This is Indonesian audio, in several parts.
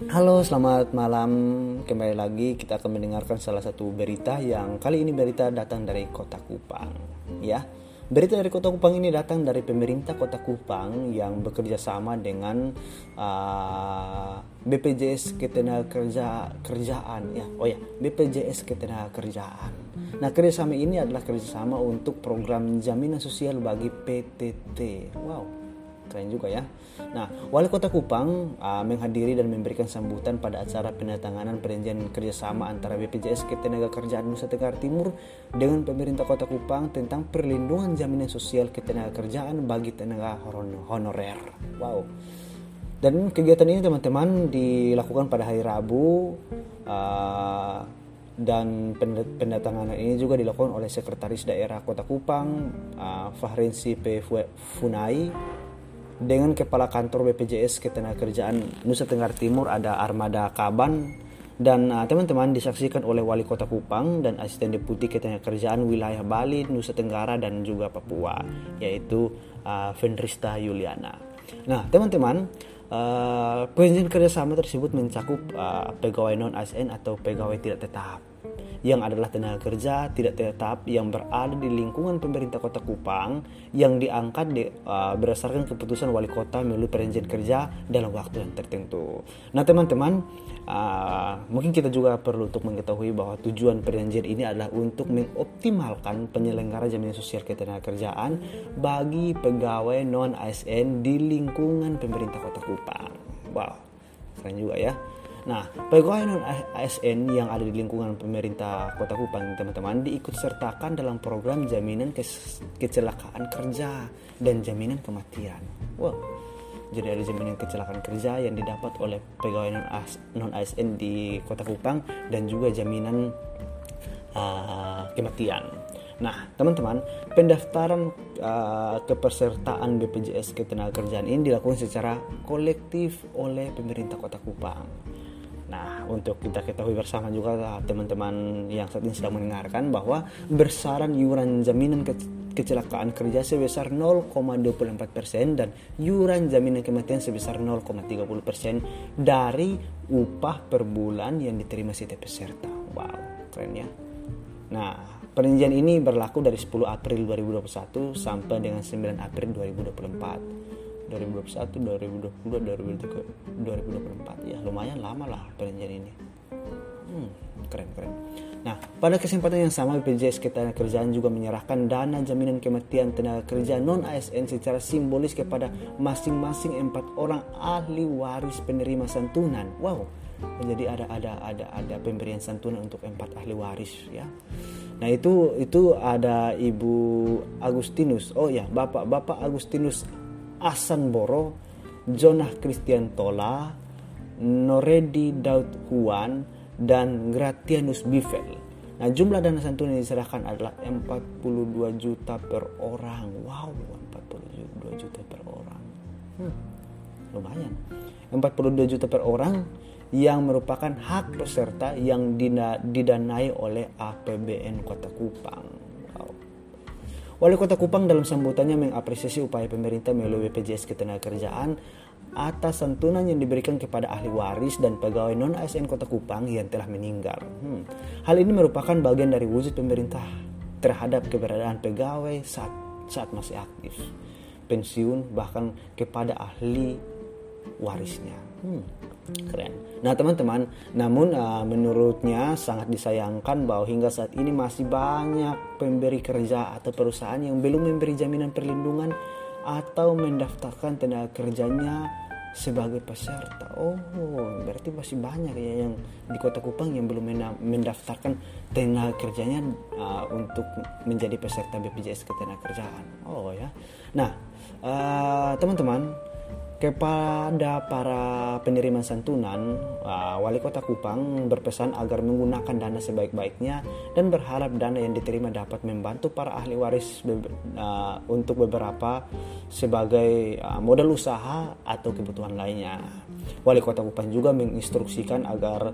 Halo, selamat malam. Kembali lagi kita akan mendengarkan salah satu berita yang kali ini berita datang dari Kota Kupang. Ya, berita dari Kota Kupang ini datang dari pemerintah Kota Kupang yang bekerja sama dengan BPJS Ketenagakerjaan. BPJS Ketenagakerjaan. Nah, kerjasama ini adalah kerjasama untuk program jaminan sosial bagi PTT. Wow, keren juga ya. Nah, Wali Kota Kupang menghadiri dan memberikan sambutan pada acara penandatanganan perjanjian kerjasama antara BPJS Ketenagakerjaan Nusa Tenggara Timur dengan pemerintah Kota Kupang tentang perlindungan jaminan sosial ketenagakerjaan bagi tenaga honorer. Wow. Dan kegiatan ini teman-teman dilakukan pada hari Rabu dan pendatanganan ini juga dilakukan oleh Sekretaris Daerah Kota Kupang Fahrensi P. Funai dengan Kepala Kantor BPJS Ketenagakerjaan Nusa Tenggara Timur ada Armada Kaban, dan teman-teman disaksikan oleh Wali Kota Kupang dan Asisten Deputi Ketenagakerjaan Wilayah Bali, Nusa Tenggara dan juga Papua, yaitu Fendrista Yuliana. Nah teman-teman, perjanjian kerjasama tersebut mencakup pegawai non-ASN atau pegawai tidak tetap yang adalah tenaga kerja tidak tetap yang berada di lingkungan pemerintah Kota Kupang yang diangkat berdasarkan keputusan wali kota melalui perjanjian kerja dalam waktu yang tertentu. Nah teman-teman, mungkin kita juga perlu untuk mengetahui bahwa tujuan perjanjian ini adalah untuk mengoptimalkan penyelenggara jaminan sosial ketenagakerjaan bagi pegawai non-ASN di lingkungan pemerintah Kota Kupang. Wow, keren juga ya. Nah, pegawai non-ASN yang ada di lingkungan pemerintah Kota Kupang, teman-teman, diikut sertakan dalam program jaminan kecelakaan kerja dan jaminan kematian. Wow, jadi ada jaminan kecelakaan kerja yang didapat oleh pegawai non-ASN di Kota Kupang dan juga jaminan kematian. Nah, teman-teman, pendaftaran kepesertaan BPJS Ketenagakerjaan ini dilakukan secara kolektif oleh pemerintah Kota Kupang. Nah, untuk kita ketahui bersama juga teman-teman yang saat ini sedang mendengarkan bahwa besaran iuran jaminan kecelakaan kerja sebesar 0,24% dan iuran jaminan kematian sebesar 0,30% dari upah per bulan yang diterima setiap peserta. Wow, keren ya. Nah, perjanjian ini berlaku dari 10 April 2021 sampai dengan 9 April 2024. 2021, 2022, 2024 ya, lumayan lama lah perjanjian ini. Keren. Nah, pada kesempatan yang sama BPJS Ketenagakerjaan juga menyerahkan dana jaminan kematian tenaga kerja non-ASN secara simbolis kepada masing-masing 4 orang ahli waris penerima santunan. Wow, jadi ada pemberian santunan untuk 4 ahli waris ya. Nah, itu ada Ibu Agustinus. Oh ya, Bapak Agustinus Asanboro, Jonah Christian Tola, Noredi Daud Huan, dan Gratianus Bifel. Nah, jumlah dana santunan yang diserahkan adalah 42 juta per orang. Wow, 42 juta per orang. Lumayan. 42 juta per orang yang merupakan hak peserta yang didanai oleh APBN Kota Kupang. Wali Kota Kupang dalam sambutannya mengapresiasi upaya pemerintah melalui BPJS Ketenagakerjaan atas santunan yang diberikan kepada ahli waris dan pegawai non-ASN Kota Kupang yang telah meninggal. Hal ini merupakan bagian dari wujud pemerintah terhadap keberadaan pegawai saat masih aktif, pensiun, bahkan kepada ahli warisnya. Keren. Nah teman-teman, namun menurutnya sangat disayangkan bahwa hingga saat ini masih banyak pemberi kerja atau perusahaan yang belum memberi jaminan perlindungan atau mendaftarkan tenaga kerjanya sebagai peserta. Oh, berarti masih banyak ya yang di Kota Kupang yang belum mendaftarkan tenaga kerjanya untuk menjadi peserta BPJS Ketenagakerjaan. Oh ya. Nah, teman-teman, kepada para penerima santunan, Wali Kota Kupang berpesan agar menggunakan dana sebaik-baiknya dan berharap dana yang diterima dapat membantu para ahli waris untuk beberapa sebagai modal usaha atau kebutuhan lainnya. Wali Kota Kupang juga menginstruksikan agar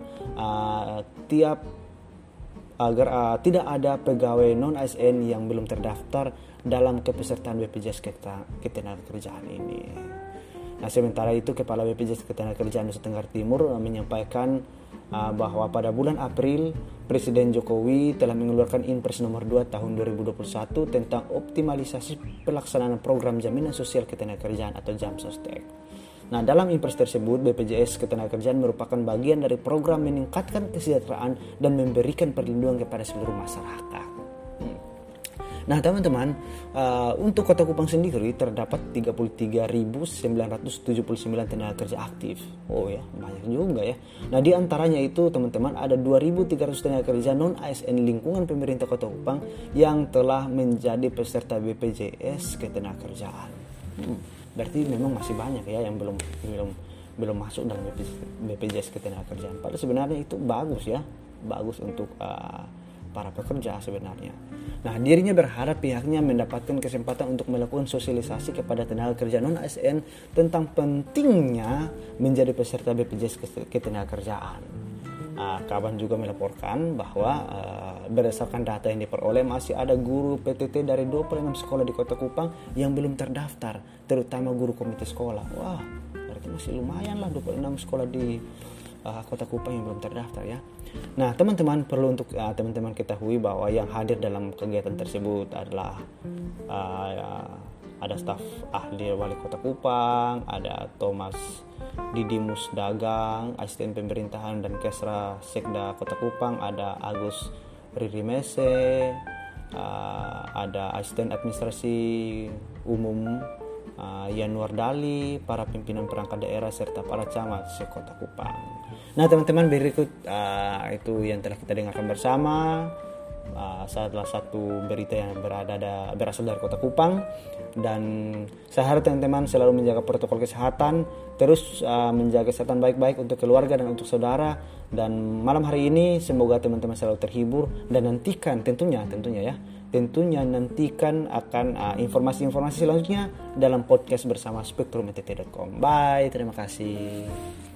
tidak ada pegawai non-ASN yang belum terdaftar dalam kepesertaan BPJS Ketenagakerjaan ini. Nah, sementara itu Kepala BPJS Ketenagakerjaan Nusa Tenggara Timur menyampaikan bahwa pada bulan April Presiden Jokowi telah mengeluarkan Inpres nomor 2 tahun 2021 tentang optimalisasi pelaksanaan program jaminan sosial ketenagakerjaan atau JAMSOSTEK. Nah, dalam Inpres tersebut BPJS Ketenagakerjaan merupakan bagian dari program meningkatkan kesejahteraan dan memberikan perlindungan kepada seluruh masyarakat. Nah, teman-teman, untuk Kota Kupang sendiri terdapat 33.979 tenaga kerja aktif. Oh ya, banyak juga ya. Nah, di antaranya itu teman-teman ada 2.300 tenaga kerja non ASN lingkungan pemerintah Kota Kupang yang telah menjadi peserta BPJS Ketenagakerjaan. Berarti memang masih banyak ya yang belum masuk dalam BPJS Ketenagakerjaan. Padahal sebenarnya itu bagus ya, bagus untuk para pekerja sebenarnya. Nah, dirinya berharap pihaknya mendapatkan kesempatan untuk melakukan sosialisasi kepada tenaga kerja non-ASN tentang pentingnya menjadi peserta BPJS Ketenagakerjaan. Kaban juga melaporkan bahwa berdasarkan data yang diperoleh masih ada guru PTT dari 26 sekolah di Kota Kupang yang belum terdaftar, terutama guru komite sekolah. Wah, berarti masih lumayan lah 26 sekolah di Kota Kupang yang belum terdaftar ya. Nah, teman-teman perlu untuk teman-teman ketahui bahwa yang hadir dalam kegiatan tersebut adalah ada staf ahli Wali Kota Kupang, ada Thomas Didimus Dagang, asisten pemerintahan dan Kesra Sekda Kota Kupang, ada Agus Ririmese, ada asisten administrasi umum Yanuar Dali, para pimpinan perangkat daerah serta para camat se-Kota Kupang. Nah, teman-teman, berikut itu yang telah kita dengarkan bersama. Salah satu berita yang berasal dari Kota Kupang, dan saya harap teman-teman selalu menjaga protokol kesehatan, terus menjaga kesehatan baik-baik untuk keluarga dan untuk saudara. Dan malam hari ini semoga teman-teman selalu terhibur dan nantikan tentunya nantikan akan informasi-informasi selanjutnya dalam podcast bersama spektrumt.com. Bye, terima kasih.